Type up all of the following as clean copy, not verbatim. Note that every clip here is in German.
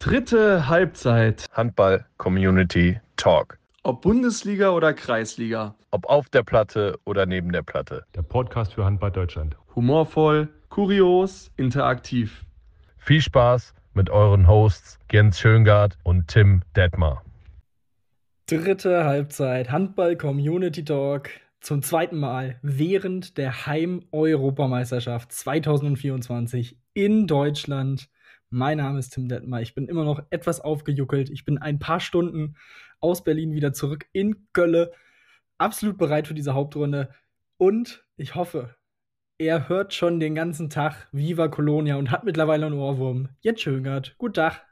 Dritte Halbzeit. Handball Community Talk. Ob Bundesliga oder Kreisliga. Ob auf der Platte oder neben der Platte. Der Podcast für Handball Deutschland. Humorvoll, kurios, interaktiv. Viel Spaß mit euren Hosts Jens Schöngard und Tim Detmar. Dritte Halbzeit, Handball Community Talk zum zweiten Mal während der Heim-Europameisterschaft 2024 in Deutschland. Mein Name ist Tim Detmar. Ich bin immer noch etwas aufgejuckelt. Ich bin ein paar Stunden aus Berlin wieder zurück in Gölle. Absolut bereit für diese Hauptrunde. Und ich hoffe, er hört schon den ganzen Tag Viva Colonia und hat mittlerweile einen Ohrwurm. Jetzt Schöngard. Guten Tag.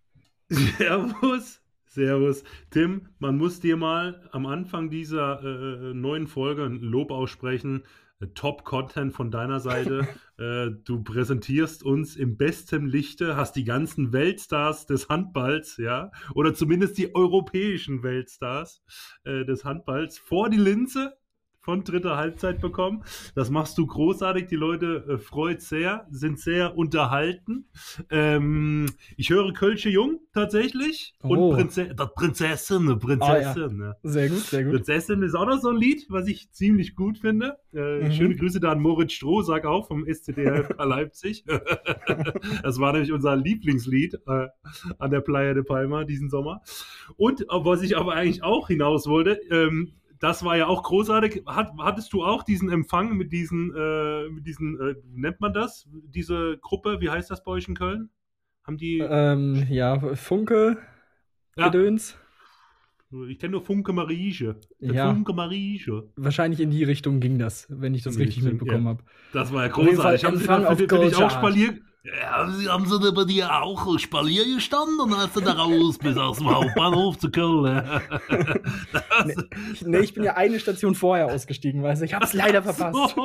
Servus. Tim, man muss dir mal am Anfang dieser neuen Folge ein Lob aussprechen. Top-Content von deiner Seite. Du präsentierst uns im besten Lichte, hast die ganzen Weltstars des Handballs, ja, oder zumindest die europäischen Weltstars des Handballs vor die Linse von dritter Halbzeit bekommen. Das machst du großartig. Die Leute freut sehr, sind sehr unterhalten. Ich höre Kölsche Jung tatsächlich. Oh. Und Prinzessin. Ja. Sehr gut, sehr gut. Prinzessin ist auch noch so ein Lied, was ich ziemlich gut finde. Schöne Grüße da an Moritz Strohsack auch vom SCD Leipzig. Das war nämlich unser Lieblingslied an der Playa de Palma diesen Sommer. Und was ich aber eigentlich auch hinaus wollte, das war ja auch großartig. Hattest du auch diesen Empfang mit diesen, wie nennt man das? Diese Gruppe, wie heißt das bei euch in Köln? Haben die... Funke, Gedöns. Ich kenne nur Funke Mariesche. Funke Mariesche. Wahrscheinlich in die Richtung ging das, wenn ich das richtig mitbekommen habe. Das war ja großartig. Haben Sie da auch Spalier... Ja, haben sie da bei dir auch Spalier gestanden und hast du da raus bis aus dem Hauptbahnhof zu Köln? Nee, ich bin ja eine Station vorher ausgestiegen, weißt du. Ich hab's leider verpasst.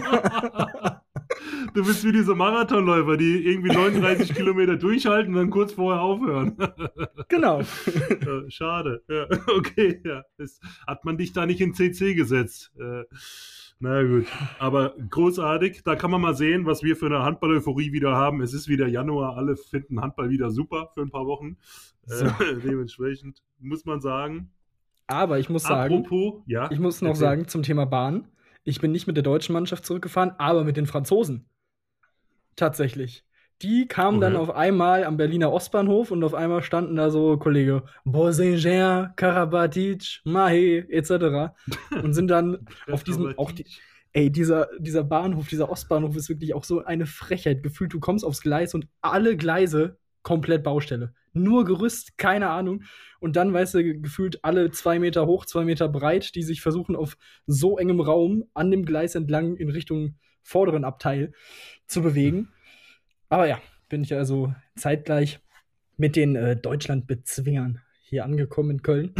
Du bist wie diese Marathonläufer, die irgendwie 39 Kilometer durchhalten und dann kurz vorher aufhören. Genau. Schade. Ja, okay, ja. Hat man dich da nicht in CC gesetzt? Na gut, aber großartig. Da kann man mal sehen, was wir für eine Handball-Euphorie wieder haben. Es ist wieder Januar, alle finden Handball wieder super für ein paar Wochen. So. Dementsprechend muss man sagen. Aber ich muss sagen, sagen zum Thema Bahn, ich bin nicht mit der deutschen Mannschaft zurückgefahren, aber mit den Franzosen. Tatsächlich. Die kamen dann auf einmal am Berliner Ostbahnhof und auf einmal standen da so Kollege Bozinger, Karabatic, Mahé etc. und sind dann auf diesem, dieser Bahnhof, dieser Ostbahnhof ist wirklich auch so eine Frechheit. Gefühlt, du kommst aufs Gleis und alle Gleise komplett Baustelle. Nur Gerüst, keine Ahnung. Und dann, weißt du, gefühlt alle 2 Meter hoch, 2 Meter breit, die sich versuchen, auf so engem Raum an dem Gleis entlang in Richtung vorderen Abteil zu bewegen. Aber ja, bin ich also zeitgleich mit den Deutschland-Bezwingern hier angekommen in Köln.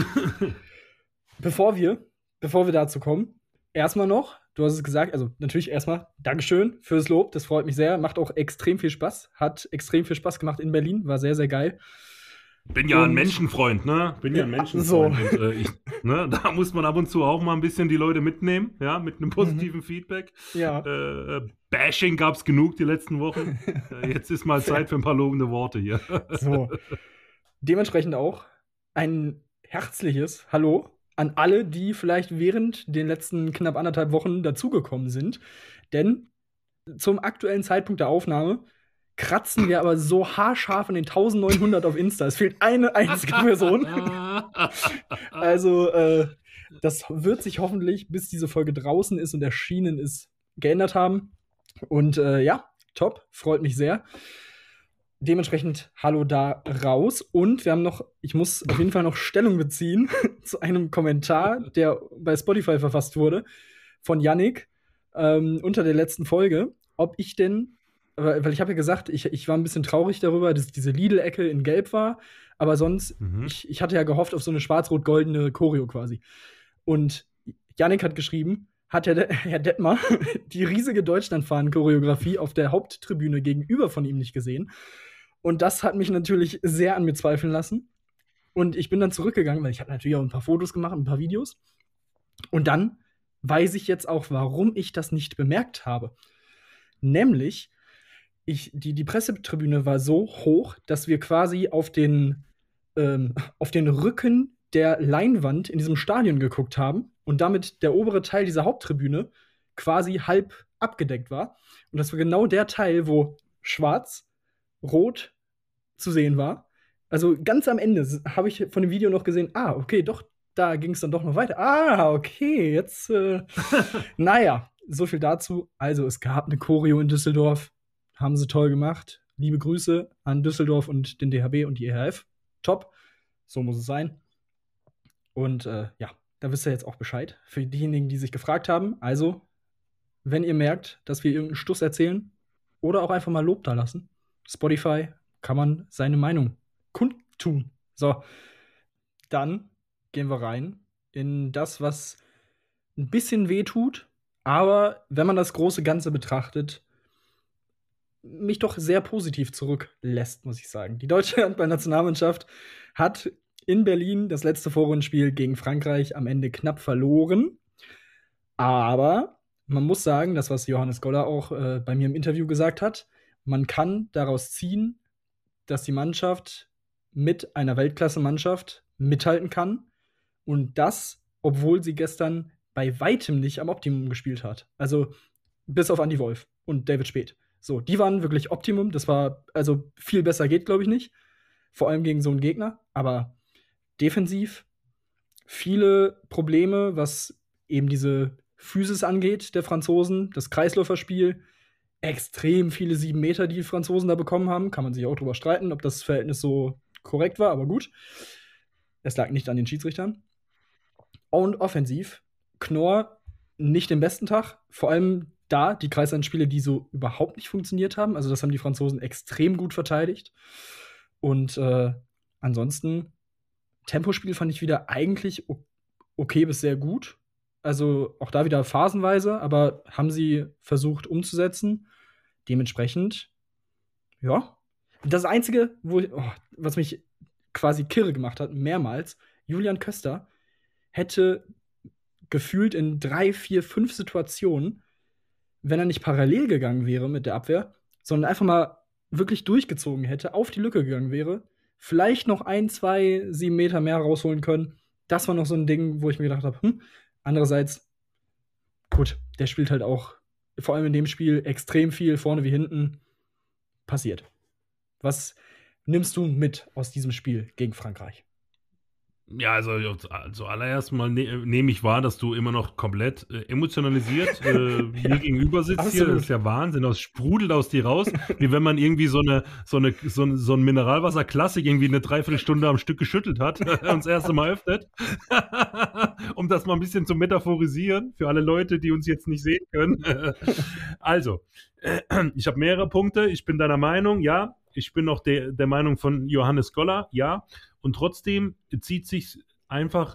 Bevor wir dazu kommen, erstmal noch, du hast es gesagt, also natürlich erstmal Dankeschön fürs Lob, das freut mich sehr, macht auch extrem viel Spaß, hat extrem viel Spaß gemacht in Berlin, war sehr, sehr geil. Bin ja ein Menschenfreund, ne? So. Und, da muss man ab und zu auch mal ein bisschen die Leute mitnehmen, ja, mit einem positiven Feedback. Ja. Bashing gab's genug die letzten Wochen. Jetzt ist mal Zeit für ein paar lobende Worte hier. So. Dementsprechend auch ein herzliches Hallo an alle, die vielleicht während den letzten knapp 1,5 Wochen dazugekommen sind. Denn zum aktuellen Zeitpunkt der Aufnahme kratzen wir aber so haarscharf an den 1900 auf Insta. Es fehlt eine einzige Person. Also, das wird sich hoffentlich, bis diese Folge draußen ist und erschienen ist, geändert haben. Und top, freut mich sehr. Dementsprechend Hallo da raus. Und wir haben ich muss auf jeden Fall noch Stellung beziehen zu einem Kommentar, der bei Spotify verfasst wurde, von Yannick unter der letzten Folge, ob ich denn, weil ich habe ja gesagt, ich war ein bisschen traurig darüber, dass diese Lidl-Ecke in Gelb war, aber sonst, ich hatte ja gehofft auf so eine schwarz-rot-goldene Choreo quasi. Und Yannick hat geschrieben, hat Herr Detmar die riesige Deutschlandfahnen-Choreografie auf der Haupttribüne gegenüber von ihm nicht gesehen. Und das hat mich natürlich sehr an mir zweifeln lassen. Und ich bin dann zurückgegangen, weil ich habe natürlich auch ein paar Fotos gemacht, ein paar Videos. Und dann weiß ich jetzt auch, warum ich das nicht bemerkt habe. Nämlich, die Pressetribüne war so hoch, dass wir quasi auf den Rücken der Leinwand in diesem Stadion geguckt haben und damit der obere Teil dieser Haupttribüne quasi halb abgedeckt war. Und das war genau der Teil, wo schwarz, rot zu sehen war. Also ganz am Ende habe ich von dem Video noch gesehen, okay, doch, da ging es dann doch noch weiter. Okay, jetzt, naja, so viel dazu. Also es gab eine Choreo in Düsseldorf, haben sie toll gemacht. Liebe Grüße an Düsseldorf und den DHB und die EHF. Top, so muss es sein. Und ja, da wisst ihr jetzt auch Bescheid. Für diejenigen, die sich gefragt haben, also, wenn ihr merkt, dass wir irgendeinen Stuss erzählen oder auch einfach mal Lob da lassen, Spotify, kann man seine Meinung kundtun. So, dann gehen wir rein in das, was ein bisschen weh tut, aber wenn man das große Ganze betrachtet, mich doch sehr positiv zurücklässt, muss ich sagen. Die deutsche Handballnationalmannschaft hat in Berlin das letzte Vorrundenspiel gegen Frankreich am Ende knapp verloren. Aber man muss sagen, das, was Johannes Goller auch bei mir im Interview gesagt hat, man kann daraus ziehen, dass die Mannschaft mit einer Weltklasse-Mannschaft mithalten kann. Und das, obwohl sie gestern bei weitem nicht am Optimum gespielt hat. Also bis auf Andi Wolf und David Speth. So, die waren wirklich Optimum. Das war, also viel besser geht, glaube ich, nicht. Vor allem gegen so einen Gegner. Aber defensiv viele Probleme, was eben diese Physis angeht, der Franzosen, das Kreisläuferspiel, extrem viele 7 Meter, die Franzosen da bekommen haben. Kann man sich auch drüber streiten, ob das Verhältnis so korrekt war, aber gut. Es lag nicht an den Schiedsrichtern. Und offensiv, Knorr nicht den besten Tag. Vor allem da die Kreislandspiele, die so überhaupt nicht funktioniert haben. Also das haben die Franzosen extrem gut verteidigt. Und ansonsten, Tempospiel fand ich wieder eigentlich okay bis sehr gut. Also auch da wieder phasenweise, aber haben sie versucht umzusetzen. Dementsprechend, ja. Das Einzige, was mich quasi kirre gemacht hat, mehrmals, Julian Köster hätte gefühlt in 3, 4, 5 Situationen, wenn er nicht parallel gegangen wäre mit der Abwehr, sondern einfach mal wirklich durchgezogen hätte, auf die Lücke gegangen wäre, vielleicht noch 1, 2, 7 Meter mehr rausholen können. Das war noch so ein Ding, wo ich mir gedacht habe, andererseits, gut, der spielt halt auch, vor allem in dem Spiel, extrem viel, vorne wie hinten, passiert. Was nimmst du mit aus diesem Spiel gegen Frankreich? Ja, also zuallererst mal nehme ich wahr, dass du immer noch komplett emotionalisiert mir gegenüber sitzt hier. Das ist ja Wahnsinn. Das sprudelt aus dir raus, wie wenn man irgendwie so ein Mineralwasser-Klassik irgendwie eine Dreiviertelstunde am Stück geschüttelt hat und das erste Mal öffnet. Um das mal ein bisschen zu metaphorisieren für alle Leute, die uns jetzt nicht sehen können. Also, ich habe mehrere Punkte. Ich bin deiner Meinung, ja. Ich bin noch der Meinung von Johannes Goller, ja. Und trotzdem zieht sich einfach,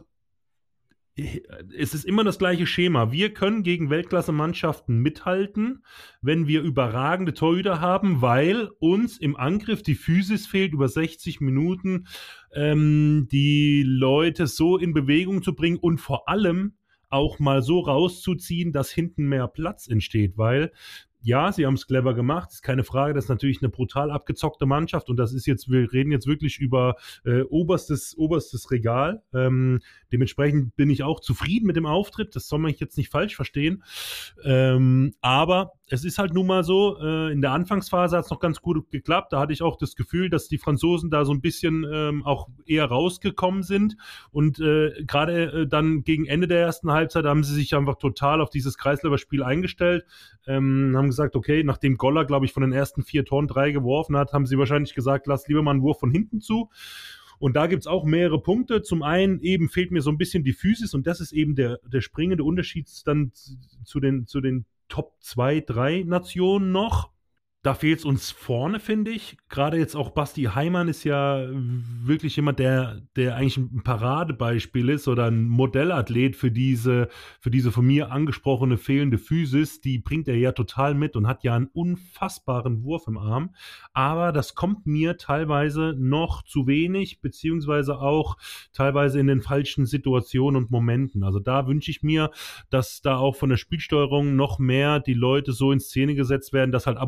es ist immer das gleiche Schema. Wir können gegen Weltklasse-Mannschaften mithalten, wenn wir überragende Torhüter haben, weil uns im Angriff die Physis fehlt, über 60 Minuten die Leute so in Bewegung zu bringen und vor allem auch mal so rauszuziehen, dass hinten mehr Platz entsteht, weil ja, sie haben es clever gemacht, ist keine Frage, das ist natürlich eine brutal abgezockte Mannschaft und das ist jetzt, wir reden jetzt wirklich über oberstes Regal. Dementsprechend bin ich auch zufrieden mit dem Auftritt, das soll man jetzt nicht falsch verstehen. Aber es ist halt nun mal so, in der Anfangsphase hat es noch ganz gut geklappt, da hatte ich auch das Gefühl, dass die Franzosen da so ein bisschen auch eher rausgekommen sind und gerade dann gegen Ende der ersten Halbzeit haben sie sich einfach total auf dieses Kreisläuferspiel eingestellt, haben gesagt, okay, nachdem Goller, glaube ich, von den ersten 4 Toren 3 geworfen hat, haben sie wahrscheinlich gesagt, lass lieber mal einen Wurf von hinten zu. Und da gibt es auch mehrere Punkte. Zum einen eben fehlt mir so ein bisschen die Physis und das ist eben der springende Unterschied dann zu den Top 2, 3 Nationen noch. Da fehlt es uns vorne, finde ich. Gerade jetzt auch Basti Heimann ist ja wirklich jemand, der eigentlich ein Paradebeispiel ist oder ein Modellathlet für diese von mir angesprochene fehlende Physis. Die bringt er ja total mit und hat ja einen unfassbaren Wurf im Arm. Aber das kommt mir teilweise noch zu wenig, beziehungsweise auch teilweise in den falschen Situationen und Momenten. Also da wünsche ich mir, dass da auch von der Spielsteuerung noch mehr die Leute so in Szene gesetzt werden, dass halt ab und zu mal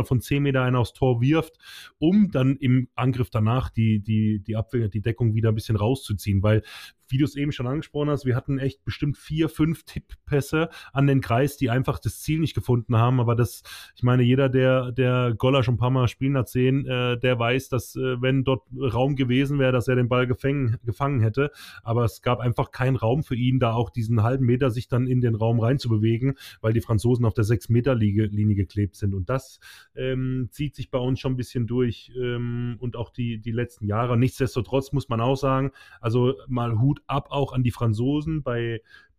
von 10 Meter einen aufs Tor wirft, um dann im Angriff danach die Abwehr, die Deckung wieder ein bisschen rauszuziehen, weil, wie du es eben schon angesprochen hast, wir hatten echt bestimmt 4, 5 Tipppässe an den Kreis, die einfach das Ziel nicht gefunden haben, aber ich meine, jeder, der Goller schon ein paar Mal spielen hat sehen, der weiß, dass wenn dort Raum gewesen wäre, dass er den Ball gefangen hätte, aber es gab einfach keinen Raum für ihn, da auch diesen halben Meter sich dann in den Raum reinzubewegen, weil die Franzosen auf der 6-Meter-Linie geklebt sind, und das zieht sich bei uns schon ein bisschen durch, und auch die letzten Jahre. Nichtsdestotrotz muss man auch sagen, also mal Hut ab auch an die Franzosen bei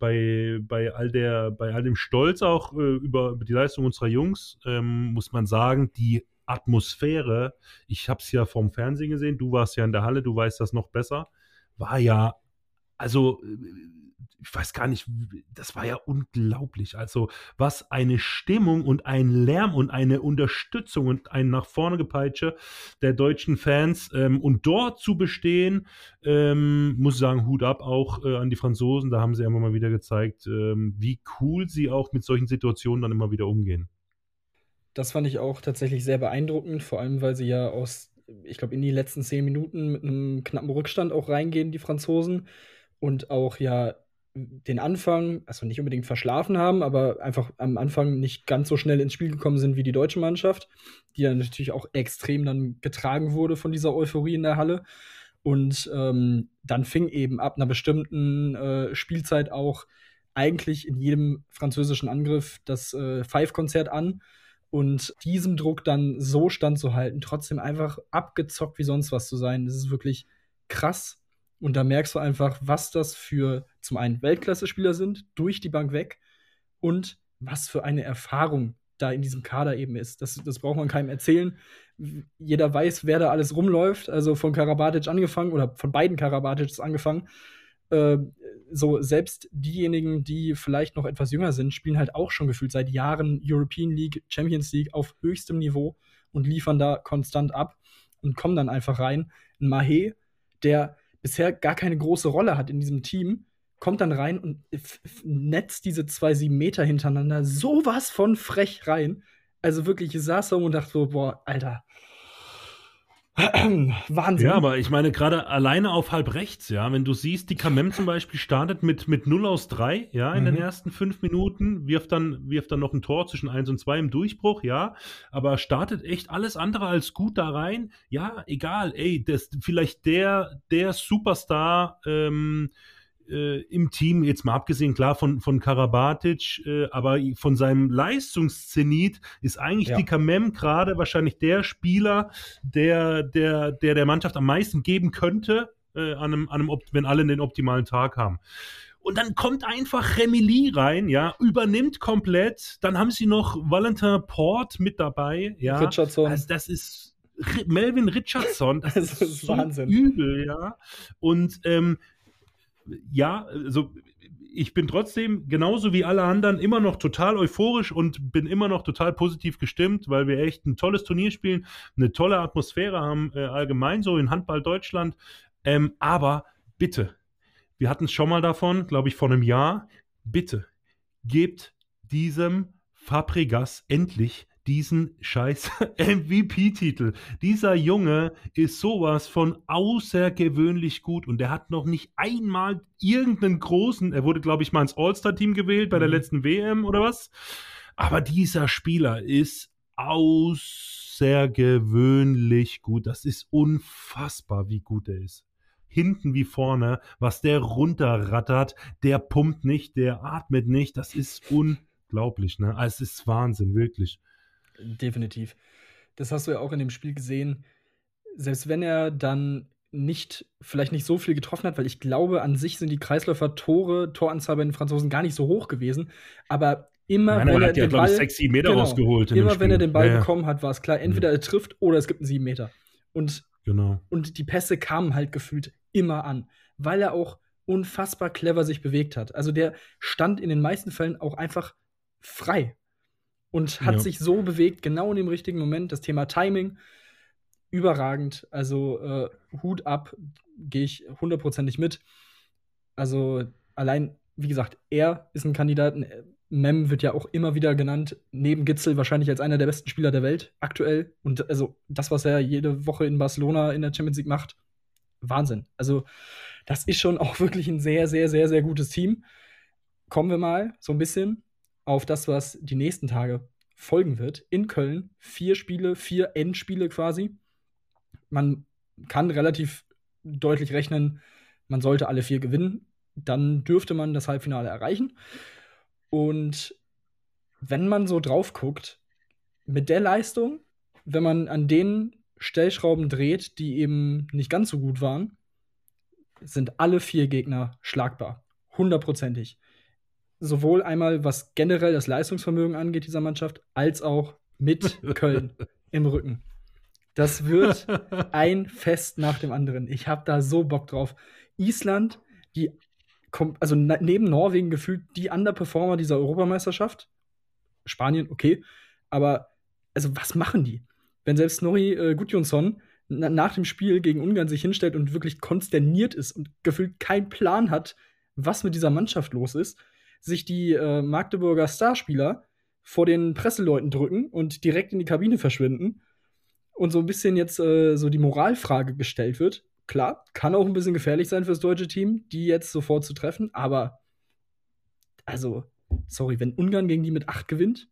all dem Stolz auch über die Leistung unserer Jungs, muss man sagen, die Atmosphäre, ich habe es ja vom Fernsehen gesehen, du warst ja in der Halle, du weißt das noch besser, war ja, also ich weiß gar nicht, das war ja unglaublich. Also was eine Stimmung und ein Lärm und eine Unterstützung und ein nach vorne Gepeitsche der deutschen Fans, und dort zu bestehen, muss ich sagen, Hut ab auch an die Franzosen. Da haben sie immer mal wieder gezeigt, wie cool sie auch mit solchen Situationen dann immer wieder umgehen. Das fand ich auch tatsächlich sehr beeindruckend, vor allem, weil sie ja ich glaube, in die letzten 10 Minuten mit einem knappen Rückstand auch reingehen, die Franzosen. Und auch ja den Anfang, also nicht unbedingt verschlafen haben, aber einfach am Anfang nicht ganz so schnell ins Spiel gekommen sind wie die deutsche Mannschaft, die dann natürlich auch extrem dann getragen wurde von dieser Euphorie in der Halle. Und dann fing eben ab einer bestimmten Spielzeit auch eigentlich in jedem französischen Angriff das Five-Konzert an. Und diesem Druck dann so standzuhalten, trotzdem einfach abgezockt wie sonst was zu sein, das ist wirklich krass. Und da merkst du einfach, was das für zum einen Weltklasse-Spieler sind, durch die Bank weg, und was für eine Erfahrung da in diesem Kader eben ist. Das braucht man keinem erzählen. Jeder weiß, wer da alles rumläuft. Also von Karabatic angefangen, oder von beiden Karabatics angefangen. So selbst diejenigen, die vielleicht noch etwas jünger sind, spielen halt auch schon gefühlt seit Jahren European League, Champions League auf höchstem Niveau und liefern da konstant ab und kommen dann einfach rein. Ein Mahé, der bisher gar keine große Rolle hat in diesem Team, kommt dann rein und netzt diese 2 7 Meter hintereinander sowas von frech rein. Also wirklich, ich saß da und dachte so, boah, Alter. Wahnsinn. Ja, aber ich meine, gerade alleine auf halb rechts, ja, wenn du siehst, die Kamem zum Beispiel startet mit 0 aus 3, ja, in den ersten 5 Minuten, wirft dann noch ein Tor zwischen 1 und 2 im Durchbruch, ja, aber startet echt alles andere als gut da rein. Ja, egal, ey, vielleicht der Superstar im Team, jetzt mal abgesehen, klar, von Karabatic, aber von seinem Leistungszenit ist eigentlich die Kamem gerade wahrscheinlich der Spieler, der Mannschaft am meisten geben könnte, wenn alle den optimalen Tag haben. Und dann kommt einfach Remili rein, ja, übernimmt komplett. Dann haben sie noch Valentin Port mit dabei, ja. Richardson. Also das ist Melvin Richardson, das ist so Wahnsinn. Übel, ja. Und ja, also ich bin trotzdem, genauso wie alle anderen, immer noch total euphorisch und bin immer noch total positiv gestimmt, weil wir echt ein tolles Turnier spielen, eine tolle Atmosphäre haben, allgemein so in Handball Deutschland. Aber bitte, wir hatten es schon mal davon, glaube ich, vor einem Jahr, bitte, gebt diesem Fabregas endlich diesen scheiß MVP-Titel. Dieser Junge ist sowas von außergewöhnlich gut und der hat noch nicht einmal irgendeinen großen, er wurde, glaube ich, mal ins All-Star-Team gewählt bei der letzten WM oder was, aber dieser Spieler ist außergewöhnlich gut. Das ist unfassbar, wie gut er ist. Hinten wie vorne, was der runterrattert, der pumpt nicht, der atmet nicht, das ist unglaublich, ne? Es ist Wahnsinn, wirklich. Definitiv. Das hast du ja auch in dem Spiel gesehen. Selbst wenn er dann vielleicht nicht so viel getroffen hat, weil ich glaube, an sich sind die Toranzahl bei den Franzosen gar nicht so hoch gewesen. Aber immer, wenn er den Ball 6-7 Meter rausgeholt. Immer, wenn er den Ball bekommen hat, war es klar, entweder er trifft oder es gibt einen 7 Meter. Und die Pässe kamen halt gefühlt immer an, weil er auch unfassbar clever sich bewegt hat. Also der stand in den meisten Fällen auch einfach frei. Und hat sich so bewegt, genau in dem richtigen Moment. Das Thema Timing, überragend. Also Hut ab, gehe ich 100%ig mit. Also allein, wie gesagt, er ist ein Kandidat, Mem wird ja auch immer wieder genannt, neben Gitzel wahrscheinlich als einer der besten Spieler der Welt aktuell. Und also das, was er jede Woche in Barcelona in der Champions League macht, Wahnsinn. Also das ist schon auch wirklich ein sehr, sehr, sehr, sehr gutes Team. Kommen wir mal so ein bisschen auf das, was die nächsten Tage folgen wird. In Köln 4 Spiele, 4 Endspiele quasi. Man kann relativ deutlich rechnen, man sollte alle 4 gewinnen. Dann dürfte man das Halbfinale erreichen. Und wenn man so drauf guckt, mit der Leistung, wenn man an den Stellschrauben dreht, die eben nicht ganz so gut waren, sind alle 4 Gegner schlagbar. 100%ig. Sowohl einmal, was generell das Leistungsvermögen angeht dieser Mannschaft, als auch mit Köln im Rücken. Das wird ein Fest nach dem anderen. Ich habe da so Bock drauf. Island, also neben Norwegen gefühlt die Underperformer dieser Europameisterschaft. Spanien, okay. Aber also was machen die? Wenn selbst Snorri Gudjonsson nach dem Spiel gegen Ungarn sich hinstellt und wirklich konsterniert ist und gefühlt keinen Plan hat, was mit dieser Mannschaft los ist, sich die Magdeburger Starspieler vor den Presseleuten drücken und direkt in die Kabine verschwinden und so ein bisschen jetzt so die Moralfrage gestellt wird. Klar, kann auch ein bisschen gefährlich sein fürs deutsche Team, die jetzt sofort zu treffen, aber also, sorry, wenn Ungarn gegen die mit 8 gewinnt,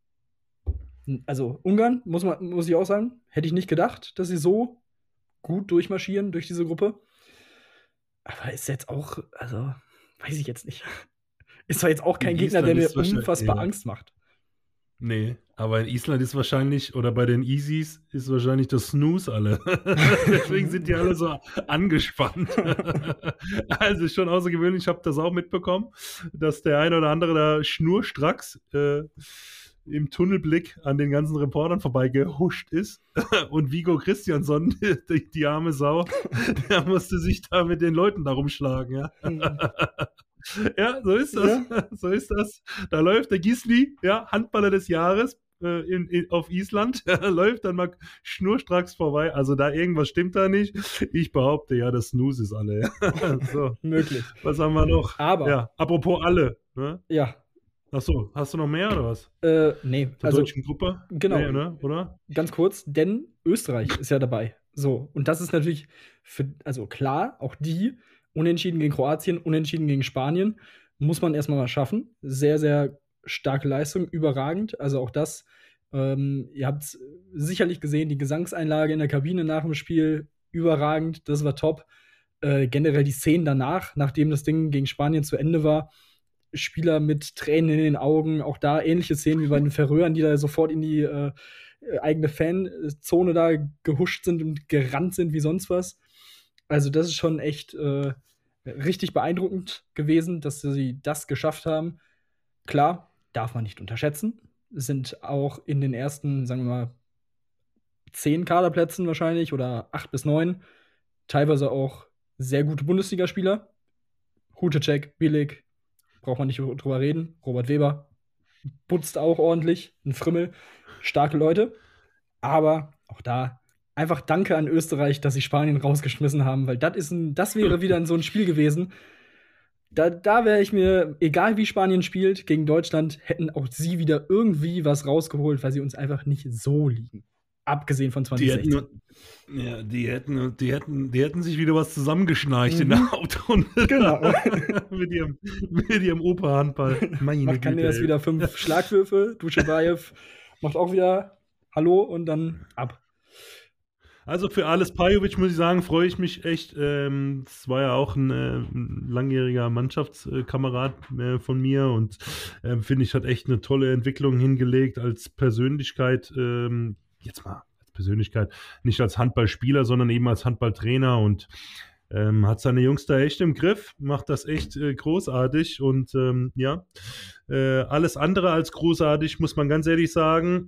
also Ungarn, muss ich auch sagen, hätte ich nicht gedacht, dass sie so gut durchmarschieren durch diese Gruppe. Aber ist jetzt auch, also, weiß ich jetzt nicht. Ist zwar jetzt auch kein Gegner, der mir unfassbar Angst macht. Nee, aber in Island ist wahrscheinlich, oder bei den Easies ist wahrscheinlich das Snooze alle. Deswegen sind die alle so angespannt. Also schon außergewöhnlich, ich habe das auch mitbekommen, dass der eine oder andere da schnurstracks im Tunnelblick an den ganzen Reportern vorbeigehuscht ist. Und Viggo Christiansson, die arme Sau, der musste sich da mit den Leuten da rumschlagen, ja. Ja, so ist das. Ja. So ist das. Da läuft der Gisli, ja, Handballer des Jahres auf Island, läuft dann mal schnurstracks vorbei. Also da irgendwas stimmt da nicht. Ich behaupte, ja, das Snooze ist alle. Ja. So. Möglich. Was haben wir noch? Aber. Ja, apropos alle. Ne? Ja. Achso, hast du noch mehr oder was? Nee. Der deutschen Gruppe? Genau. Nee, ne? Oder? Ganz kurz, denn Österreich ist ja dabei. So. Und das ist natürlich also klar, auch die Unentschieden gegen Kroatien, Unentschieden gegen Spanien, muss man erstmal mal schaffen. Sehr, sehr starke Leistung, überragend. Also auch das, ihr habt sicherlich gesehen, die Gesangseinlage in der Kabine nach dem Spiel, überragend, das war top. Generell die Szenen danach, nachdem das Ding gegen Spanien zu Ende war, Spieler mit Tränen in den Augen, auch da ähnliche Szenen wie bei den Färöern, die da sofort in die eigene Fanzone da gehuscht sind und gerannt sind wie sonst was. Also das ist schon echt richtig beeindruckend gewesen, dass sie das geschafft haben. Klar, darf man nicht unterschätzen. Sind auch in den ersten, sagen wir mal, 10 Kaderplätzen wahrscheinlich oder 8 bis 9 teilweise auch sehr gute Bundesligaspieler. Hutecek, Billig, braucht man nicht drüber reden. Robert Weber putzt auch ordentlich. Ein Frimmel, starke Leute. Aber auch da einfach danke an Österreich, dass sie Spanien rausgeschmissen haben, weil das wäre wieder so ein Spiel gewesen. Da wäre ich mir, egal wie Spanien spielt, gegen Deutschland, hätten auch sie wieder irgendwie was rausgeholt, weil sie uns einfach nicht so liegen. Abgesehen von 2016. Die hätten sich wieder was zusammengeschnarcht in der Hauptrunde. Genau. mit ihrem Opa-Handball. Macht kann erst wieder 5 Schlagwürfe. Duschebaev macht auch wieder Hallo und dann ab. Also für Ales Pajovic muss ich sagen, freue ich mich echt. Es war ja auch ein langjähriger Mannschaftskamerad von mir und finde ich, hat echt eine tolle Entwicklung hingelegt als Persönlichkeit. Jetzt mal als Persönlichkeit, nicht als Handballspieler, sondern eben als Handballtrainer und hat seine Jungs da echt im Griff, macht das echt großartig und alles andere als großartig, muss man ganz ehrlich sagen,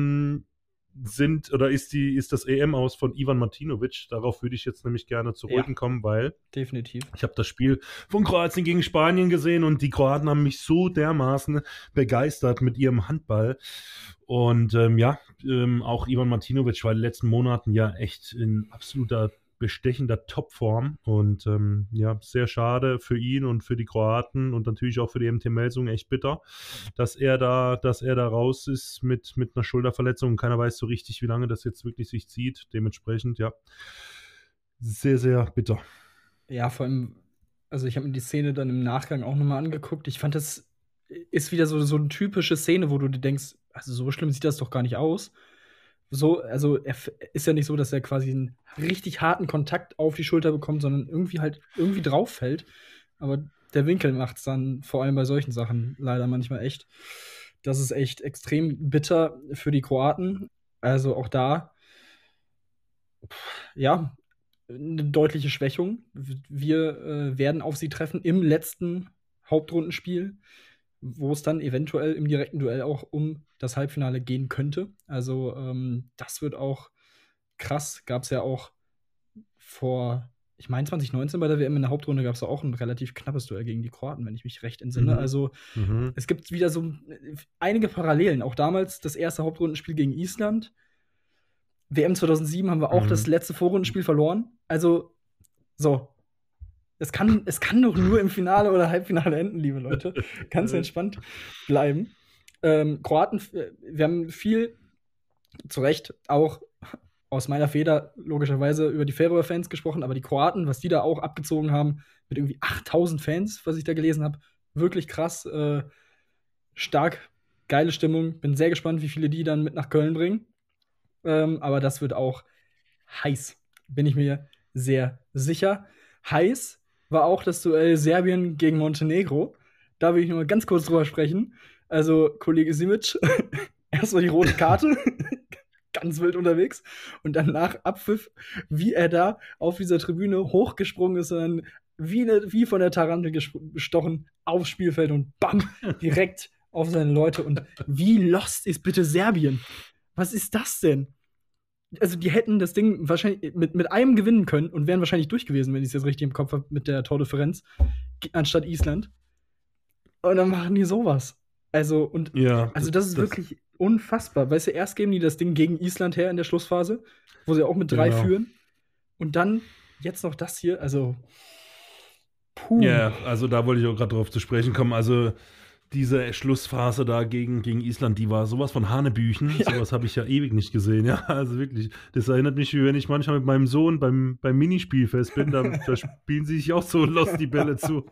ist das EM aus von Ivan Martinovic. Darauf würde ich jetzt nämlich gerne zu Reden kommen, weil definitiv. Ich habe das Spiel von Kroatien gegen Spanien gesehen und die Kroaten haben mich so dermaßen begeistert mit ihrem Handball. Und auch Ivan Martinovic war in den letzten Monaten ja echt in absoluter bestechender Topform und ja, sehr schade für ihn und für die Kroaten und natürlich auch für die MT Melsung, echt bitter, dass er da raus ist mit einer Schulterverletzung und keiner weiß so richtig, wie lange das jetzt wirklich sich zieht. Dementsprechend, ja, sehr, sehr bitter. Ja, vor allem, also ich habe mir die Szene dann im Nachgang auch nochmal angeguckt. Ich fand, das ist wieder so eine typische Szene, wo du dir denkst, also so schlimm sieht das doch gar nicht aus. So, also ist ja nicht so, dass er quasi einen richtig harten Kontakt auf die Schulter bekommt, sondern irgendwie drauf fällt. Aber der Winkel macht's dann vor allem bei solchen Sachen leider manchmal echt. Das ist echt extrem bitter für die Kroaten. Also auch da, ja, eine deutliche Schwächung. Wir werden auf sie treffen im letzten Hauptrundenspiel, wo es dann eventuell im direkten Duell auch um das Halbfinale gehen könnte. Also das wird auch krass. Gab es ja auch ich meine 2019 bei der WM in der Hauptrunde gab es auch ein relativ knappes Duell gegen die Kroaten, wenn ich mich recht entsinne. Also es gibt wieder so einige Parallelen. Auch damals das erste Hauptrundenspiel gegen Island. WM 2007 haben wir auch das letzte Vorrundenspiel verloren. Also, so. Es kann doch nur im Finale oder Halbfinale enden, liebe Leute. Ganz entspannt bleiben. Kroaten, wir haben viel, zu Recht, auch aus meiner Feder logischerweise über die Färöer-Fans gesprochen, aber die Kroaten, was die da auch abgezogen haben, mit irgendwie 8000 Fans, was ich da gelesen habe, wirklich krass, stark, geile Stimmung. Bin sehr gespannt, wie viele die dann mit nach Köln bringen. Aber das wird auch heiß, bin ich mir sehr sicher. Heiß war auch das Duell Serbien gegen Montenegro. Da will ich nur mal ganz kurz drüber sprechen. Also, Kollege Simic, erstmal die rote Karte, ganz wild unterwegs. Und dann nach Abpfiff, wie er da auf dieser Tribüne hochgesprungen ist, und wie von der Tarantel gestochen aufs Spielfeld und bam, direkt auf seine Leute. Und wie lost ist bitte Serbien? Was ist das denn? Also, die hätten das Ding wahrscheinlich mit einem gewinnen können und wären wahrscheinlich durch gewesen, wenn ich es jetzt richtig im Kopf habe, mit der Tordifferenz, anstatt Island. Und dann machen die sowas. Also, das ist wirklich unfassbar. Weißt du, erst geben die das Ding gegen Island her in der Schlussphase, wo sie auch mit 3 führen. Und dann jetzt noch das hier. Also, puh. Ja, also da wollte ich auch gerade drauf zu sprechen kommen. Also, diese Schlussphase da gegen Island, die war sowas von Hanebüchen. Ja. Sowas habe ich ja ewig nicht gesehen. Ja, also wirklich. Das erinnert mich, wie wenn ich manchmal mit meinem Sohn beim Minispielfest bin. Da spielen sie sich auch so lost die Bälle zu.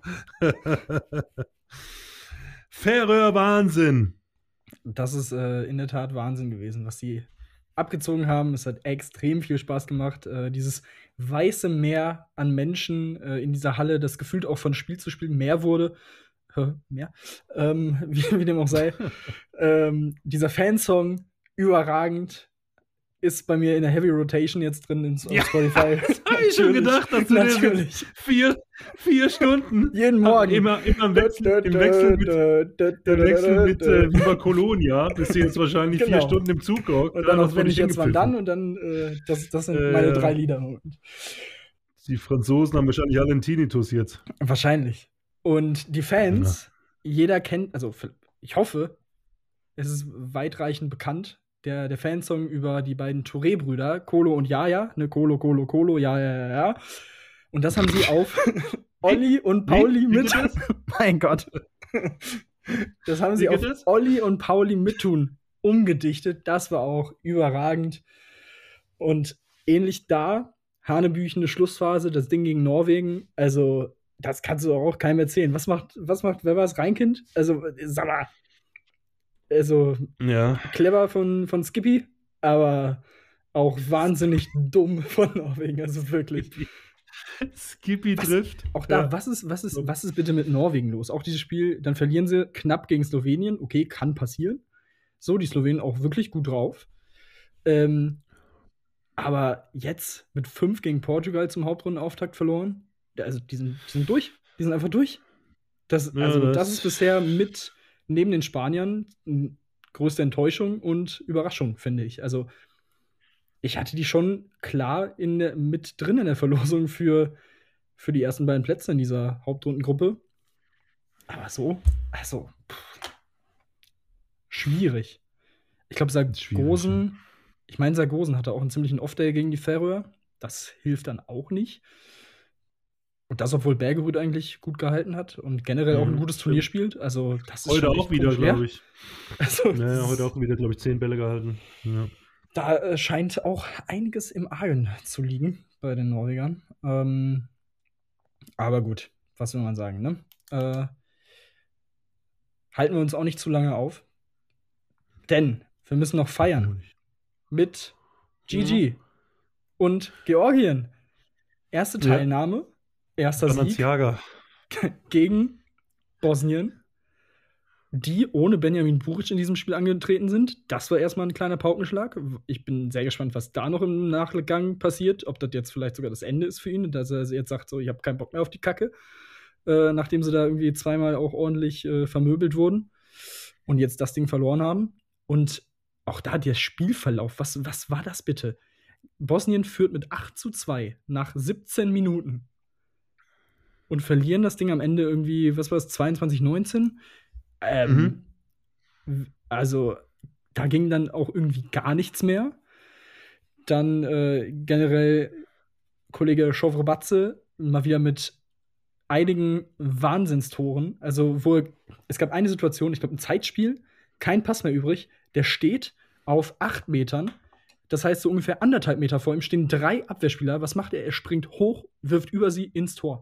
Färöer Wahnsinn. Das ist in der Tat Wahnsinn gewesen, was sie abgezogen haben. Es hat extrem viel Spaß gemacht. Dieses weiße Meer an Menschen in dieser Halle, das gefühlt auch von Spiel zu Spiel mehr wurde. Mehr. Wie dem auch sei. Dieser Fansong, überragend, ist bei mir in der Heavy Rotation jetzt drin auf Spotify. Das habe ich schon gedacht, dass du natürlich. 4 Stunden jeden Morgen immer im Wechsel mit Viva Colonia bist du jetzt wahrscheinlich 4 Stunden im Zug gehockt. Und dann noch, wenn ich jetzt wann dann und dann das sind meine 3 Lieder. Die Franzosen haben wahrscheinlich alle einen Tinnitus jetzt. Wahrscheinlich. Und die Fans, jeder kennt, also ich hoffe, es ist weitreichend bekannt, der Fansong über die beiden Touré-Brüder, Kolo und Jaja, ne, Kolo, ja. Und das haben sie auf Olli und Pauli mit. Mein Gott. Das haben sie auf Olli und Pauli Mittun umgedichtet. Das war auch überragend. Und ähnlich da, hanebüchende Schlussphase, das Ding gegen Norwegen, also das kannst du auch keinem erzählen. Was macht, wer war es, Reinkind? Also, sag mal. Also, clever von Skippy, aber auch wahnsinnig dumm von Norwegen. Also wirklich. Skippy trifft. Auch da, was ist bitte mit Norwegen los? Auch dieses Spiel, dann verlieren sie knapp gegen Slowenien. Okay, kann passieren. So, die Slowenen auch wirklich gut drauf. Aber jetzt mit 5 gegen Portugal zum Hauptrundenauftakt verloren. Also, die sind durch. Die sind einfach durch. Das ist bisher neben den Spaniern größte Enttäuschung und Überraschung, finde ich. Also, ich hatte die schon klar mit drin in der Verlosung für die ersten beiden Plätze in dieser Hauptrundengruppe. Aber so, also, schwierig. Ich glaube, Sargosen hatte auch einen ziemlichen Off-Day gegen die Färöer. das hilft dann auch nicht. Und das, obwohl Bergerud eigentlich gut gehalten hat und generell auch ein gutes Turnier spielt. Also, das ist heute schon auch wieder, glaube ich. Also, heute auch wieder, glaube ich, 10 Bälle gehalten. Ja. Da scheint auch einiges im Argen zu liegen bei den Norwegern. Aber gut, was will man sagen, ne? Halten wir uns auch nicht zu lange auf. Denn wir müssen noch feiern mit GG und Georgien. Erste Teilnahme, erster Sieg gegen Bosnien, die ohne Benjamin Buric in diesem Spiel angetreten sind. Das war erstmal ein kleiner Paukenschlag. Ich bin sehr gespannt, was da noch im Nachgang passiert. Ob das jetzt vielleicht sogar das Ende ist für ihn, dass er jetzt sagt, so, ich habe keinen Bock mehr auf die Kacke. Nachdem sie da irgendwie zweimal auch ordentlich vermöbelt wurden und jetzt das Ding verloren haben. Und auch da der Spielverlauf, was war das bitte? Bosnien führt mit 8:2 nach 17 Minuten und verlieren das Ding am Ende irgendwie, was war es, 22:19? Also, da ging dann auch irgendwie gar nichts mehr. Dann generell Kollege Schowre-Batze mal wieder mit einigen Wahnsinnstoren. Also, es gab eine Situation, ich glaube, ein Zeitspiel, kein Pass mehr übrig. Der steht auf 8 Metern. Das heißt, so ungefähr 1,5 Meter vor ihm stehen 3 Abwehrspieler. Was macht er? Er springt hoch, wirft über sie ins Tor.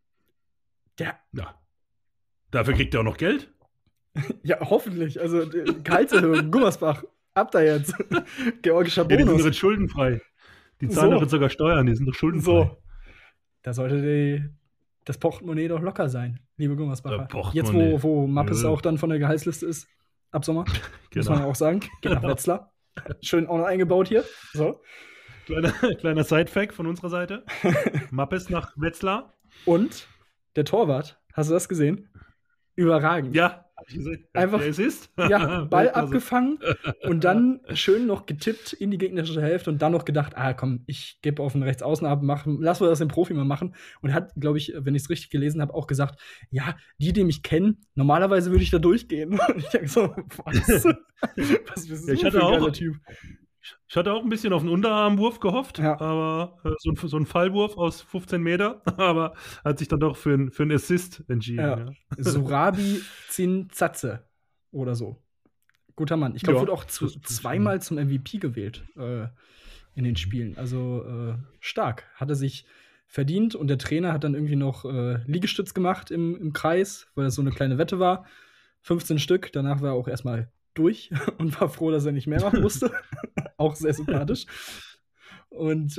Dafür kriegt er auch noch Geld? Ja, hoffentlich. Also, Gehaltserhöhung, Gummersbach, ab da jetzt. Georgischer Bonus. Die sind direkt schuldenfrei. Die zahlen doch sogar Steuern, die sind doch schuldenfrei. So. Da sollte das Portemonnaie doch locker sein, liebe Gummersbacher. Jetzt, wo Mappes auch dann von der Gehaltsliste ist, ab Sommer, muss man ja auch sagen. Geht nach Wetzlar. Schön auch noch eingebaut hier. So. Kleiner Side-Fact von unserer Seite. Mappes nach Wetzlar. Und der Torwart, hast du das gesehen? Überragend. Ja, hab ich gesehen. Einfach, Ball abgefangen und dann schön noch getippt in die gegnerische Hälfte und dann noch gedacht, komm, ich gebe auf den Rechtsaußen ab, lass wir das den Profi mal machen. Und hat, glaube ich, wenn ich es richtig gelesen habe, auch gesagt, ja, die mich kennen, normalerweise würde ich da durchgehen. Und ich denke so, was? Was bist du für ein geiler Typ? Ich hatte auch ein bisschen auf einen Unterarmwurf gehofft, aber so ein Fallwurf aus 15 Meter, aber hat sich dann doch für einen Assist entschieden. Ja. Surabi Zinzatze oder so. Guter Mann. Ich glaube, wurde auch zweimal zum MVP gewählt in den Spielen. Also stark. Hat er sich verdient und der Trainer hat dann irgendwie noch Liegestütz gemacht im Kreis, weil das so eine kleine Wette war. 15 Stück. Danach war er auch erstmal durch und war froh, dass er nicht mehr machen musste. Auch sehr sympathisch. Und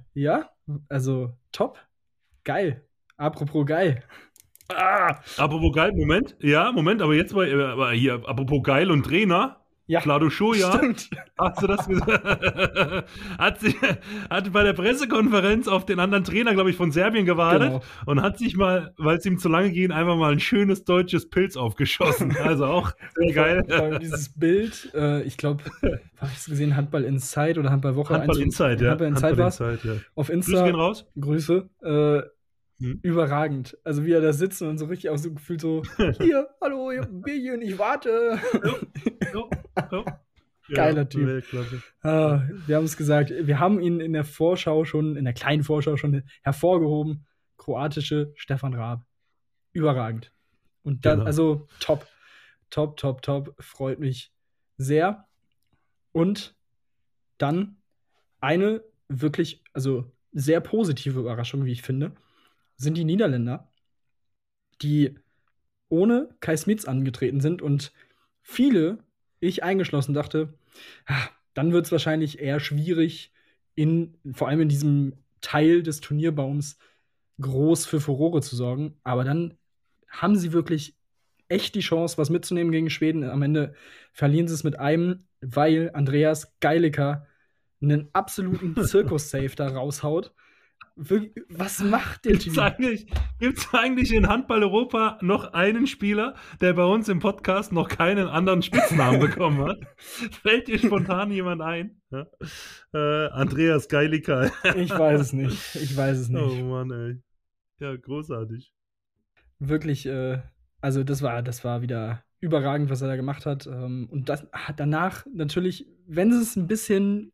also top. Geil. Apropos geil. Apropos geil, Moment, aber jetzt mal hier, apropos geil und Trainer. Ja, Flado Schoja, stimmt. Hast du das gesagt? Hat bei der Pressekonferenz auf den anderen Trainer, glaube ich, von Serbien gewartet und hat sich mal, weil es ihm zu lange ging, einfach mal ein schönes deutsches Pilz aufgeschossen. Also auch sehr geil. Vor allem dieses Bild, ich glaube, habe ich es gesehen, Handball Inside oder Handball Woche. Handball Inside, Handball Inside war es. Auf Insta. Grüße gehen raus. Grüße. Überragend. Also wie er da sitzt und so richtig auch so gefühlt so, hier, hallo, ich hab ein Bierchen, ich warte. Geiler Typ. Wir haben es gesagt, wir haben ihn in der kleinen Vorschau schon hervorgehoben. Kroatische Stefan Raab. Überragend. Und dann, also top. Freut mich sehr. Und dann eine wirklich, also sehr positive Überraschung, wie ich finde, sind die Niederländer, die ohne Kai Smits angetreten sind und viele, ich eingeschlossen, dachte, dann wird es wahrscheinlich eher schwierig, vor allem in diesem Teil des Turnierbaums groß für Furore zu sorgen. Aber dann haben sie wirklich echt die Chance, was mitzunehmen gegen Schweden. Am Ende verlieren sie es mit einem, weil Andreas Geiliker einen absoluten Zirkus-Save da raushaut. Was macht der Typ? Gibt es eigentlich in Handball-Europa noch einen Spieler, der bei uns im Podcast noch keinen anderen Spitznamen bekommen hat? Fällt dir spontan jemand ein? Ja? Andreas Geiliker. Ich weiß es nicht. Oh Mann, ey. Ja, großartig. Wirklich, also das war wieder überragend, was er da gemacht hat. Und danach natürlich, wenn sie es ein bisschen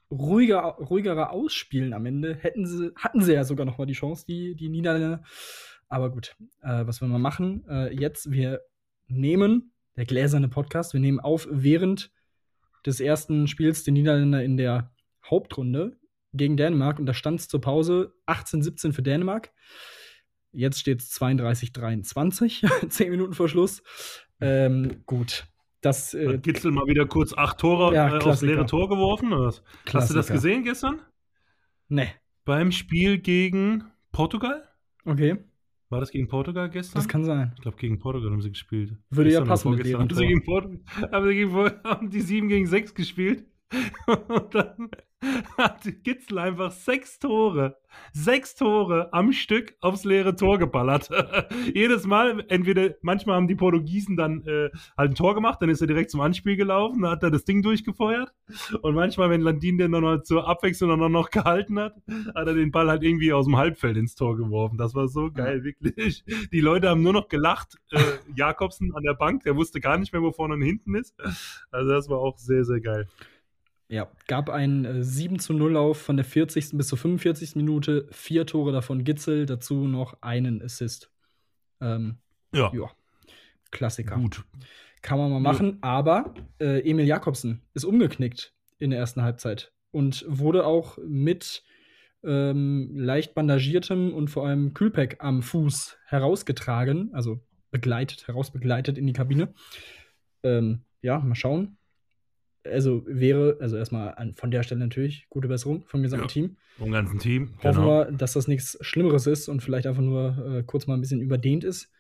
ruhigere Ausspielen am Ende hatten sie ja sogar noch mal die Chance, die Niederländer. Aber gut, was wollen wir machen? Jetzt, wir nehmen, der gläserne Podcast, wir nehmen auf während des ersten Spiels der Niederländer in der Hauptrunde gegen Dänemark. Und da stand es zur Pause 18-17 für Dänemark. Jetzt steht es 32-23, 10 Minuten vor Schluss. Gut. Hat Gitzel mal wieder kurz 8 Tore aufs leere Tor geworfen? Oder? Hast du das gesehen gestern? Nee. Beim Spiel gegen Portugal? Okay. War das gegen Portugal gestern? Das kann sein. Ich glaube, gegen Portugal haben sie gespielt. Würde ja passen mit leeren haben die 7-6 gespielt. Und dann hat Gitzel einfach 6 Tore am Stück aufs leere Tor geballert. Jedes Mal, manchmal haben die Portugiesen dann halt ein Tor gemacht, dann ist er direkt zum Anspiel gelaufen, dann hat er das Ding durchgefeuert. Und manchmal, wenn Landin den dann noch zur Abwechslung dann noch gehalten hat er den Ball halt irgendwie aus dem Halbfeld ins Tor geworfen. Das war so geil, wirklich. Die Leute haben nur noch gelacht. Jakobsen an der Bank, der wusste gar nicht mehr, wo vorne und hinten ist. Also das war auch sehr, sehr geil. Ja, gab einen 7-0-Lauf von der 40. bis zur 45. Minute, 4 Tore davon Gitzel, dazu noch einen Assist. Ja, Klassiker. Gut. Kann man mal machen, aber Emil Jakobsen ist umgeknickt in der ersten Halbzeit und wurde auch mit leicht bandagiertem und vor allem Kühlpack am Fuß herausgetragen, also herausbegleitet in die Kabine. Mal schauen. Also erstmal von der Stelle natürlich gute Besserung vom gesamten Team. Vom ganzen Team. Hoffen wir, dass das nichts Schlimmeres ist und vielleicht einfach nur kurz mal ein bisschen überdehnt ist.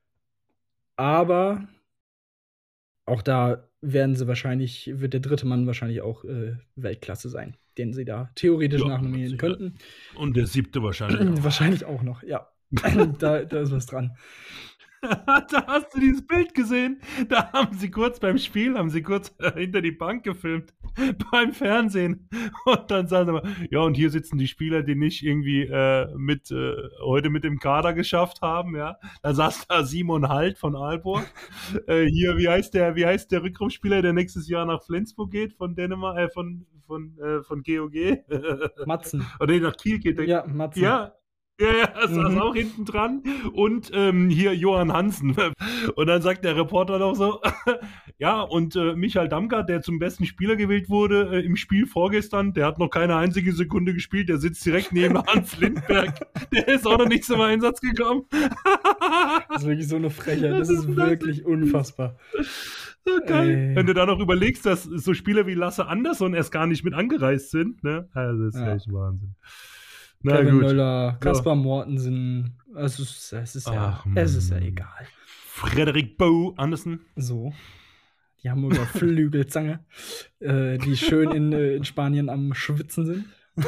Aber auch da wird der dritte Mann wahrscheinlich auch Weltklasse sein, den sie da theoretisch nachnominieren könnten. Und der 7. wahrscheinlich. Wahrscheinlich auch noch, ja. da ist was dran. Da hast du dieses Bild gesehen. Da haben sie kurz hinter die Bank gefilmt beim Fernsehen. Und dann sagen sie mal, ja, und hier sitzen die Spieler, die nicht irgendwie heute mit dem Kader geschafft haben. Ja, da saß da Simon Halt von Aalborg. Hier, wie heißt der Rückraumspieler, der nächstes Jahr nach Flensburg geht von Dänemark, von GOG? Matzen. Oder nach Kiel geht der. Ja, Matzen. Ja. Ja, das saß auch hinten dran. Und hier Johann Hansen. Und dann sagt der Reporter noch so, ja, und Michael Damgard, der zum besten Spieler gewählt wurde im Spiel vorgestern, der hat noch keine einzige Sekunde gespielt, der sitzt direkt neben Hans Lindberg. Der ist auch noch nicht zum Einsatz gekommen. Das ist wirklich so eine Frechheit. Das ist wirklich unfassbar. So geil. Wenn du da noch überlegst, dass so Spieler wie Lasse Andersson erst gar nicht mit angereist sind, ne? Also das ist echt Wahnsinn. Kevin Möller, Kaspar Mortensen, es ist ja egal. Frederik Bo Andersen. So. Die Hamburger Flügelzange, die schön in Spanien am Schwitzen sind.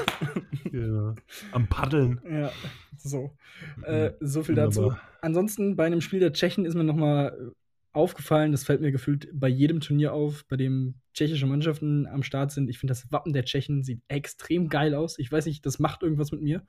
Ja, am Paddeln. Ja, so. So viel dazu. Ansonsten, bei einem Spiel der Tschechen ist mir noch mal aufgefallen, das fällt mir gefühlt bei jedem Turnier auf, bei dem tschechische Mannschaften am Start sind. Ich finde, das Wappen der Tschechen sieht extrem geil aus. Ich weiß nicht, das macht irgendwas mit mir.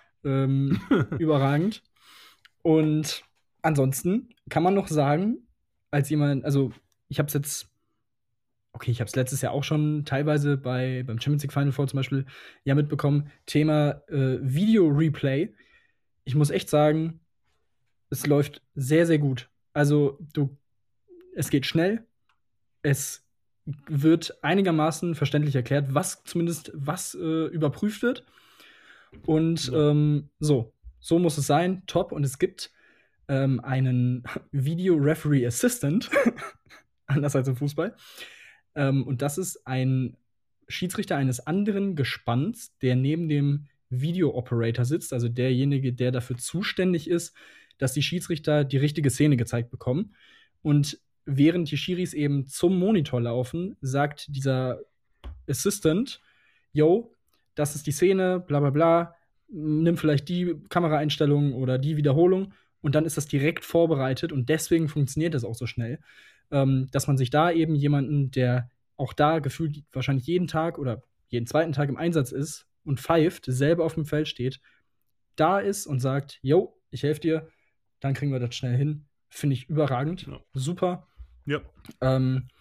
Überragend. Und ansonsten kann man noch sagen, als jemand, also ich habe es letztes Jahr auch schon teilweise beim Champions League Final Four zum Beispiel mitbekommen, Thema Video-Replay. Ich muss echt sagen, es läuft sehr, sehr gut. Also es geht schnell, es wird einigermaßen verständlich erklärt, was überprüft wird. Und so muss es sein, top. Und es gibt einen Video Referee Assistant, anders als im Fußball. Und das ist ein Schiedsrichter eines anderen Gespanns, der neben dem Video Operator sitzt, also derjenige, der dafür zuständig ist, dass die Schiedsrichter die richtige Szene gezeigt bekommen. Und während die Schiris eben zum Monitor laufen, sagt dieser Assistant, yo, das ist die Szene, bla bla bla, nimm vielleicht die Kameraeinstellung oder die Wiederholung und dann ist das direkt vorbereitet und deswegen funktioniert das auch so schnell, dass man sich da eben jemanden, der auch da gefühlt wahrscheinlich jeden Tag oder jeden zweiten Tag im Einsatz ist und pfeift, selber auf dem Feld steht, da ist und sagt, yo, ich helfe dir, dann kriegen wir das schnell hin. Finde ich überragend. Ja. Super. Ja.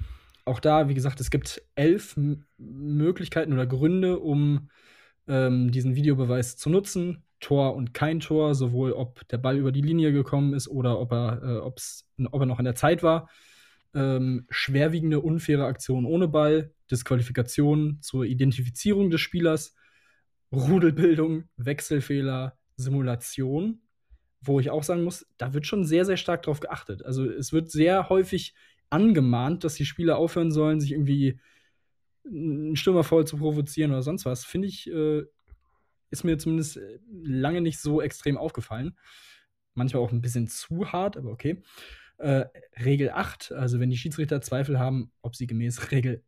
auch da, wie gesagt, es gibt 11 Möglichkeiten oder Gründe, um diesen Videobeweis zu nutzen. Tor und kein Tor, sowohl ob der Ball über die Linie gekommen ist oder ob er noch in der Zeit war. Schwerwiegende, unfaire Aktionen ohne Ball, Disqualifikation zur Identifizierung des Spielers, Rudelbildung, Wechselfehler, Simulation, wo ich auch sagen muss, da wird schon sehr, sehr stark drauf geachtet. Also es wird sehr häufig angemahnt, dass die Spieler aufhören sollen, sich irgendwie einen Stürmer voll zu provozieren oder sonst was. Finde ich, ist mir zumindest lange nicht so extrem aufgefallen. Manchmal auch ein bisschen zu hart, aber okay. Regel 8, also wenn die Schiedsrichter Zweifel haben, ob sie gemäß Regel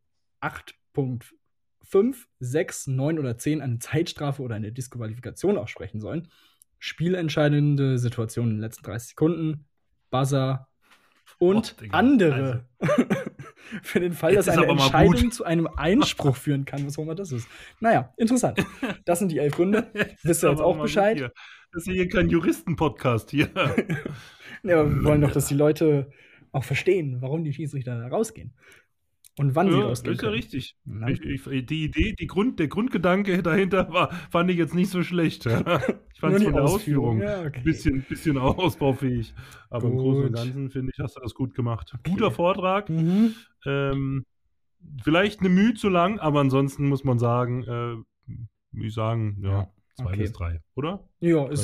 8.5, 6, 9 oder 10 eine Zeitstrafe oder eine Disqualifikation aussprechen sollen. Spielentscheidende Situationen in den letzten 30 Sekunden, Buzzer und andere. Also. Für den Fall, dass eine Entscheidung zu einem Einspruch führen kann, was auch immer das ist. Naja, interessant. Das sind die 11 Gründe. Wisst ihr jetzt auch Bescheid? Hier. Das ist hier kein Juristen-Podcast hier. Ja, aber wir wollen doch, dass die Leute auch verstehen, warum die Schiedsrichter da rausgehen. Und wann sie rausgehen. Das ist ja richtig. Die Idee, der Grundgedanke dahinter fand ich jetzt nicht so schlecht. Ich fand es von der Ausführung ein bisschen ausbaufähig. Aber im Großen und Ganzen, finde ich, hast du das gut gemacht. Okay. Guter Vortrag. Vielleicht eine Mühe zu lang, aber ansonsten muss man sagen, ja, 2 bis 3, oder? Ja, ist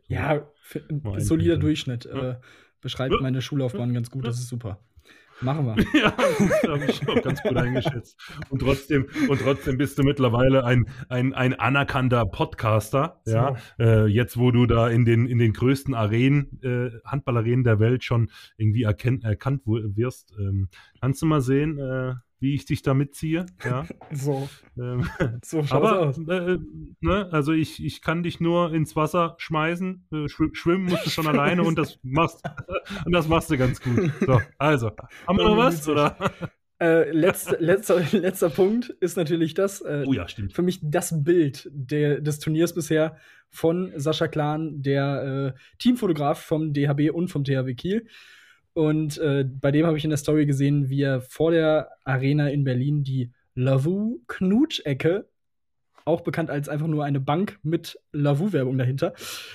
ein solider Durchschnitt. Beschreibt meine Schullaufbahn ganz gut, das ist super. Machen wir. Ja, das habe ich auch ganz gut eingeschätzt. Und trotzdem bist du mittlerweile ein anerkannter Podcaster. So. Ja? Jetzt, wo du da in den größten Arenen, Handballarenen der Welt schon irgendwie erkannt wirst. Kannst du mal sehen, wie ich dich da mitziehe? Ja? So schaut's aber, aus. Also ich kann dich nur ins Wasser schmeißen. Schwimmen musst du schon alleine und das machst du ganz gut. So, also, haben wir noch was? Oder? Letzter Punkt ist natürlich das, stimmt. Für mich das Bild des Turniers bisher von Sascha Klan, der Teamfotograf vom DHB und vom THW Kiel. Und bei dem habe ich in der Story gesehen, wie er vor der Arena in Berlin die Lavu-Knutsch-Ecke, auch bekannt als einfach nur eine Bank mit Lavu-Werbung dahinter,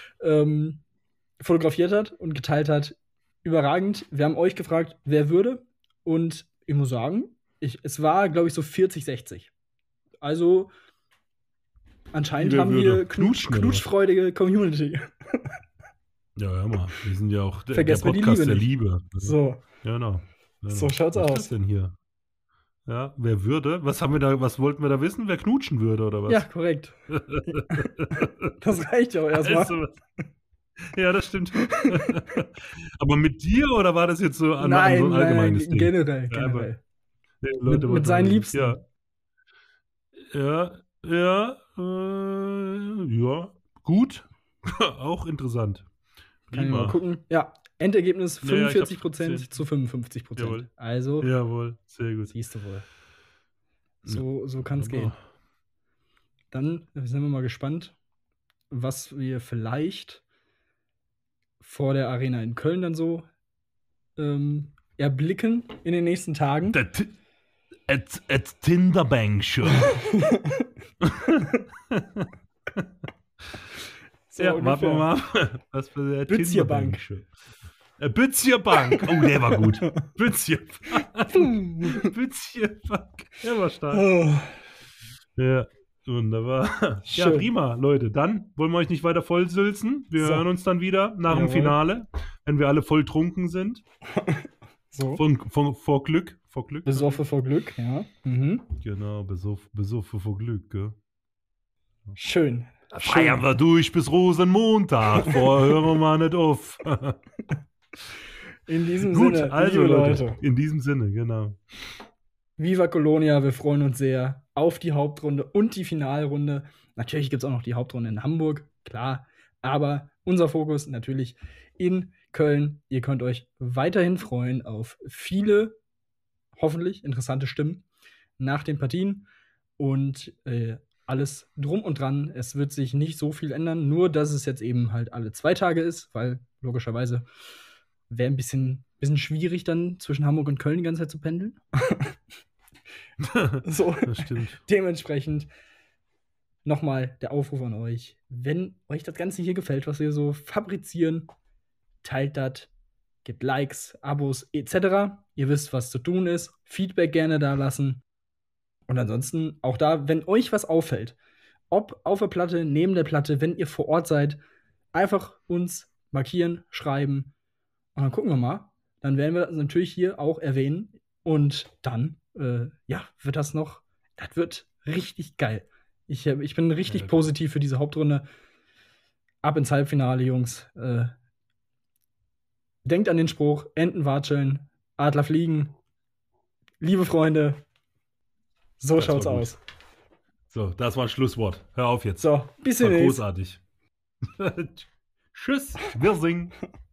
fotografiert hat und geteilt hat. Überragend. Wir haben euch gefragt, wer würde. Und ich muss sagen, es war, glaube ich, so 40-60. Also anscheinend haben wir knutschfreudige Community. Ja, hör mal, wir sind ja auch der Podcast der Liebe. So. Ja, genau. So schaut's aus. Was ist denn hier? Ja, wer würde? Was wollten wir da wissen? Wer knutschen würde, oder was? Ja, korrekt. Das reicht ja auch erstmal. Also, ja, das stimmt. Aber mit dir, oder war das jetzt so ein allgemeines Ding? Generell. Leute, mit seinen Liebsten. Ja, gut. Auch interessant. Kann ich mal gucken. Ja, Endergebnis 45% zu 55%. Jawohl. Also. Jawohl, sehr gut. Siehst du wohl. So kann es gehen. Dann sind wir mal gespannt, was wir vielleicht vor der Arena in Köln dann so erblicken in den nächsten Tagen. At Tinderbank Show. So ja, warten wir mal. Was für der Bützierbank. Bützierbank. Oh, der war gut. Bützierbank. Der war stark. Oh. Ja, wunderbar. Schön. Ja, prima, Leute. Dann wollen wir euch nicht weiter vollsülzen. Wir hören uns dann wieder nach dem Finale, wenn wir alle voll trunken sind. So. Vor Glück. Besoffen vor Glück, ja. Mhm. Genau, besoffen vor Glück, gell? Schön. Feiern wir durch bis Rosenmontag. Vorher hören wir mal nicht auf. In diesem Sinne, also Leute. In diesem Sinne, genau. Viva Colonia, wir freuen uns sehr auf die Hauptrunde und die Finalrunde. Natürlich gibt es auch noch die Hauptrunde in Hamburg, klar. Aber unser Fokus natürlich in Köln. Ihr könnt euch weiterhin freuen auf viele, hoffentlich interessante Stimmen nach den Partien. Und alles drum und dran. Es wird sich nicht so viel ändern, nur dass es jetzt eben halt alle 2 Tage ist, weil logischerweise wäre ein bisschen schwierig dann zwischen Hamburg und Köln die ganze Zeit zu pendeln. So, Das stimmt. dementsprechend nochmal der Aufruf an euch. Wenn euch das Ganze hier gefällt, was wir so fabrizieren, teilt das, gebt Likes, Abos etc. Ihr wisst, was zu tun ist. Feedback gerne da lassen. Und ansonsten auch da, wenn euch was auffällt, ob auf der Platte, neben der Platte, wenn ihr vor Ort seid, einfach uns markieren, schreiben. Und dann gucken wir mal. Dann werden wir das natürlich hier auch erwähnen. Und dann, wird das wird richtig geil. Ich bin richtig positiv für diese Hauptrunde. Ab ins Halbfinale, Jungs. Denkt an den Spruch, Enten watscheln, Adler fliegen. Liebe Freunde, so Das schaut's war gut. aus. So, das war ein Schlusswort. Hör auf jetzt. So, bis Das war demnächst. großartig. Tschüss, wir singen.